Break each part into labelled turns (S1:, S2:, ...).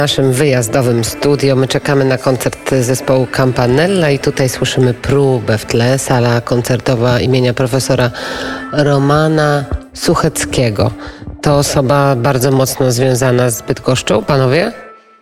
S1: W naszym wyjazdowym studio my czekamy na koncert zespołu Campanella i tutaj słyszymy próbę w tle. Sala koncertowa imienia profesora Romana Sucheckiego. To osoba bardzo mocno związana z Bydgoszczą, panowie?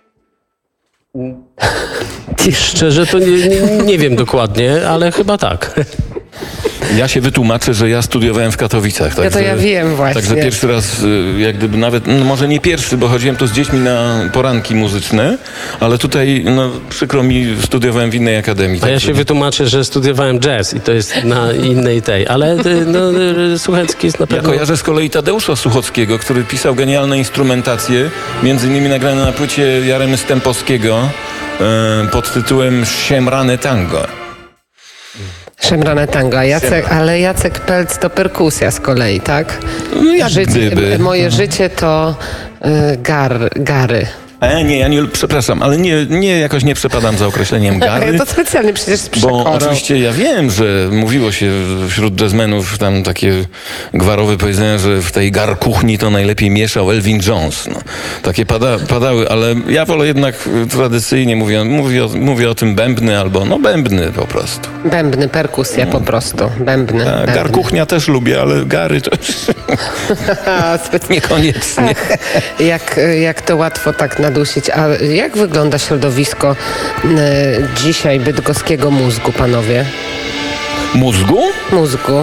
S2: Szczerze to nie wiem dokładnie, ale chyba tak.
S3: Ja się wytłumaczę, że ja studiowałem w Katowicach.
S1: Ja wiem właśnie.
S3: Także pierwszy raz, jak gdyby nawet, może nie pierwszy, bo chodziłem tu z dziećmi na poranki muzyczne, ale tutaj, przykro mi, studiowałem w innej akademii.
S2: A ja się wytłumaczę, że studiowałem jazz i to jest na innej tej, ale Suchecki jest na pewno...
S3: Ja kojarzę z kolei Tadeusza Suchockiego, który pisał genialne instrumentacje, między innymi nagrane na płycie Jaremy Stępowskiego pod tytułem Szemrane Tango.
S1: Szemrane tango, ale Jacek Pelc to perkusja z kolei, tak?
S3: No jak gdyby.
S1: Moje życie to gary.
S3: Przepraszam, ale jakoś nie przepadam za określeniem gary.
S1: To specjalnie przecież z przekorą.
S3: Bo oczywiście ja wiem, że mówiło się wśród jazzmenów tam takie gwarowe powiedzenia, że w tej gar kuchni to najlepiej mieszał Elvin Jones. Takie padały, ale ja wolę jednak tradycyjnie mówię o tym bębny albo bębny po prostu.
S1: Bębny, perkusja po prostu. Bębny.
S3: Gar kuchnia też lubię, ale gary to niekoniecznie.
S1: Jak to łatwo tak nadusić. A jak wygląda środowisko dzisiaj bydgoskiego mózgu, panowie?
S3: Mózgu?
S1: Mózgu.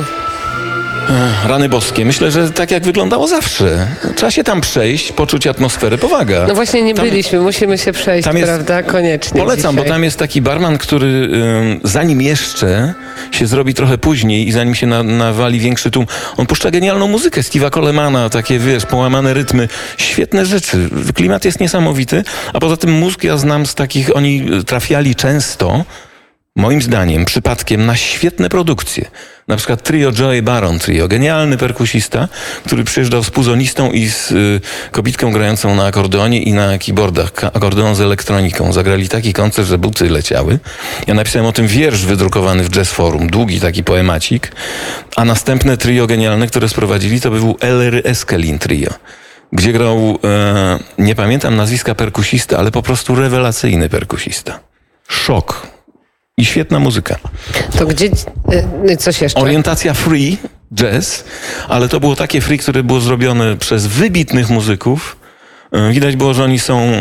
S3: Rany boskie. Myślę, że tak jak wyglądało zawsze. Trzeba się tam przejść, poczuć atmosferę, powaga.
S1: No właśnie nie byliśmy, musimy się przejść, prawda? Koniecznie.
S3: Polecam,
S1: dzisiaj.
S3: Bo tam jest taki barman, który zanim jeszcze się zrobi trochę później i zanim się nawali większy tłum, on puszcza genialną muzykę Steve'a Colemana, takie połamane rytmy. Świetne rzeczy. Klimat jest niesamowity, a poza tym mózg ja znam z takich, oni trafiali często, moim zdaniem, przypadkiem na świetne produkcje. Na przykład trio Joey Baron Trio, genialny perkusista, który przyjeżdżał z puzonistą i z kobitką grającą na akordeonie i na keyboardach, akordeon z elektroniką. Zagrali taki koncert, że buty leciały. Ja napisałem o tym wiersz wydrukowany w Jazz Forum, długi taki poemacik, a następne trio genialne, które sprowadzili, to był Ellery Eskelin Trio, gdzie grał, nie pamiętam nazwiska perkusista, ale po prostu rewelacyjny perkusista. Szok. I świetna muzyka.
S1: To gdzie... coś jeszcze?
S3: Orientacja free, jazz, ale to było takie free, które było zrobione przez wybitnych muzyków. Widać było, że oni są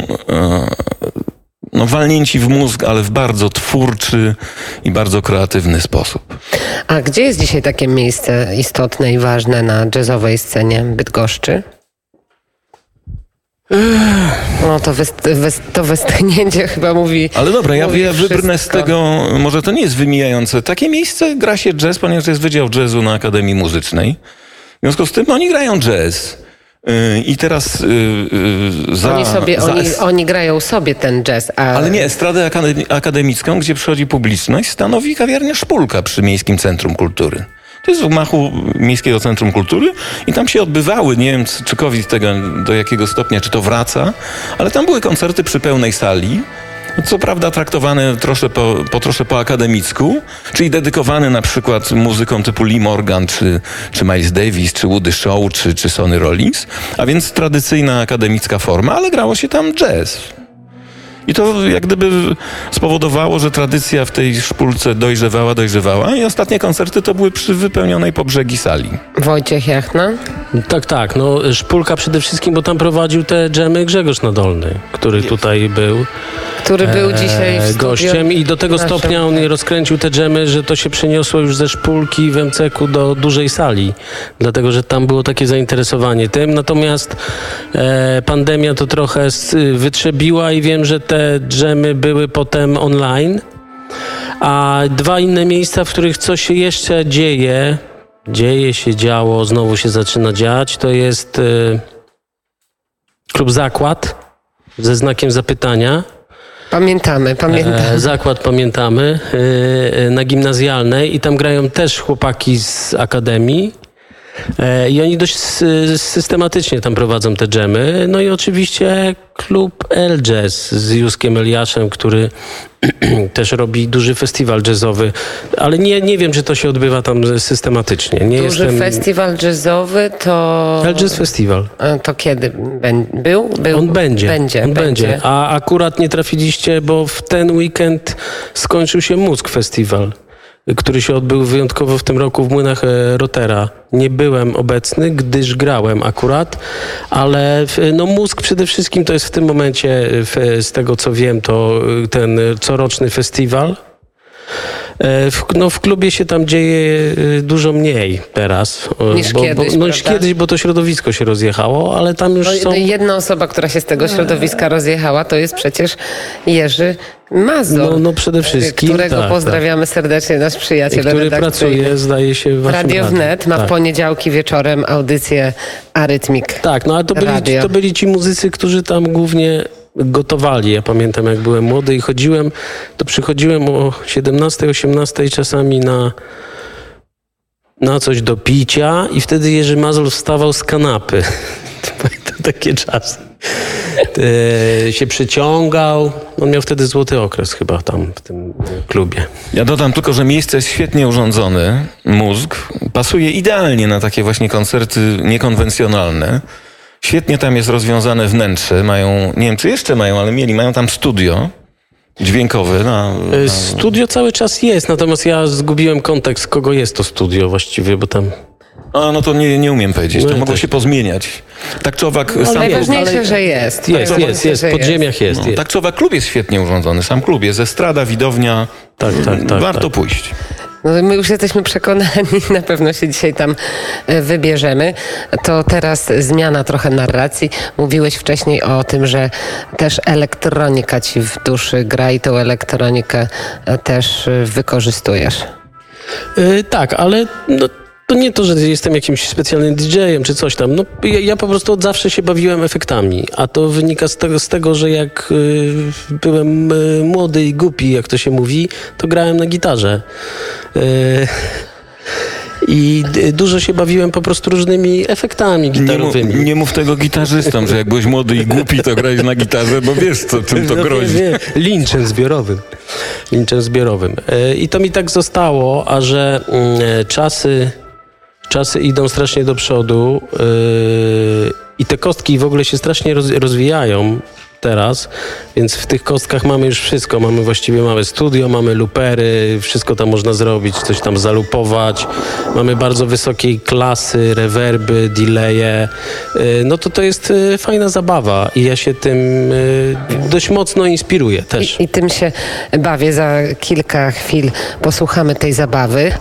S3: walnięci w mózg, ale w bardzo twórczy i bardzo kreatywny sposób.
S1: A gdzie jest dzisiaj takie miejsce istotne i ważne na jazzowej scenie Bydgoszczy? No to westchnięcie chyba mówi.
S3: Ale dobra, ja wybrnę
S1: wszystko.
S3: z tego, może to nie jest wymijające. Takie miejsce gra się jazz, ponieważ jest Wydział Jazzu na Akademii Muzycznej. W związku z tym oni grają jazz. I teraz
S1: oni grają sobie ten jazz.
S3: Ale nie, estradę akademicką, gdzie przychodzi publiczność, stanowi kawiarnia Szpulka przy Miejskim Centrum Kultury. To jest w gmachu Miejskiego Centrum Kultury i tam się odbywały, nie wiem czy COVID tego do jakiego stopnia, czy to wraca, ale tam były koncerty przy pełnej sali, co prawda traktowane troszkę po akademicku, czyli dedykowane na przykład muzykom typu Lee Morgan, czy Miles Davis, czy Woody Shaw, czy Sonny Rollins, a więc tradycyjna akademicka forma, ale grało się tam jazz. I to jak gdyby spowodowało, że tradycja w tej Szpulce dojrzewała i ostatnie koncerty to były przy wypełnionej po brzegi sali.
S1: Wojciech Jachna?
S2: Tak. Szpulka przede wszystkim, bo tam prowadził te dżemy Grzegorz Nadolny, który tutaj był.
S1: Który był dzisiaj w
S2: gościem i do tego stopnia on rozkręcił te dżemy, że to się przeniosło już ze Szpulki w MCK-u do dużej sali. Dlatego, że tam było takie zainteresowanie tym. Natomiast pandemia to trochę wytrzebiła i wiem, że te dżemy były potem online. A dwa inne miejsca, w których coś się jeszcze działo, znowu się zaczyna dziać, to jest Klub Zakład ze znakiem zapytania.
S1: Pamiętamy.
S2: Zakład pamiętamy, na Gimnazjalnej i tam grają też chłopaki z Akademii, I oni dość systematycznie tam prowadzą te dżemy. No i oczywiście klub El-Jazz z Józkiem Eliaszem, który też robi duży festiwal jazzowy, ale nie wiem, czy to się odbywa tam systematycznie.
S1: Duży festiwal jazzowy to...
S2: El-Jazz Festival.
S1: To kiedy? Był?
S2: On będzie.
S1: On będzie.
S2: A akurat nie trafiliście, bo w ten weekend skończył się Mózg Festiwal, który się odbył wyjątkowo w tym roku w Młynach Rotera. Nie byłem obecny, gdyż grałem akurat, ale no Mózg przede wszystkim to jest w tym momencie, z tego co wiem, to ten coroczny festiwal. W klubie się tam dzieje dużo mniej teraz. Niż kiedyś, bo to środowisko się rozjechało, ale tam już są...
S1: Jedna osoba, która się z tego środowiska rozjechała, to jest przecież Jerzy Mazur.
S2: No przede wszystkim.
S1: Którego pozdrawiamy serdecznie, nasz przyjaciel
S2: który pracuje, zdaje się, w
S1: Radio Wnet ma w poniedziałki wieczorem audycję Arytmik.
S2: Tak, no ale to byli ci muzycy, którzy tam głównie gotowali. Ja pamiętam, jak byłem młody i przychodziłem o 17, 18 czasami na coś do picia i wtedy Jerzy Mazur wstawał z kanapy. To takie czasy. Się przyciągał. On miał wtedy złoty okres chyba tam w tym klubie.
S3: Ja dodam tylko, że miejsce jest świetnie urządzone. Mózg pasuje idealnie na takie właśnie koncerty niekonwencjonalne. Świetnie tam jest rozwiązane wnętrze. Mają, nie wiem czy jeszcze mają, ale mają tam studio dźwiękowe.
S2: Studio cały czas jest, natomiast ja zgubiłem kontekst, kogo jest to studio właściwie, bo tam...
S3: No to nie umiem powiedzieć. To mogło się pozmieniać. Tak czy owak...
S1: Najważniejsze, że jest.
S2: Jest. W podziemiach jest.
S3: Tak czy owak klub jest świetnie urządzony. Sam klub jest estrada, widownia.
S2: Tak.
S3: Warto pójść.
S1: No my już jesteśmy przekonani, na pewno się dzisiaj tam wybierzemy. To teraz zmiana trochę narracji. Mówiłeś wcześniej o tym, że też elektronika ci w duszy gra i tą elektronikę też wykorzystujesz.
S2: Tak, ale... To nie to, że jestem jakimś specjalnym DJ-em czy coś tam. Ja po prostu od zawsze się bawiłem efektami, a to wynika z tego, że jak byłem młody i głupi, jak to się mówi, to grałem na gitarze. I dużo się bawiłem po prostu różnymi efektami gitarowymi.
S3: Nie mów tego gitarzystom, że jak byłeś młody i głupi, to grałeś na gitarze, bo wiesz, czym to grozi.
S2: Linczem zbiorowym. I to mi tak zostało, a że czasy idą strasznie do przodu i te kostki w ogóle się strasznie rozwijają teraz, więc w tych kostkach mamy już wszystko. Mamy studio, mamy loopery, wszystko tam można zrobić, coś tam zalupować. Mamy bardzo wysokiej klasy, rewerby, delaye. No to jest fajna zabawa i ja się tym dość mocno inspiruję też.
S1: I tym się bawię. Za kilka chwil posłuchamy tej zabawy.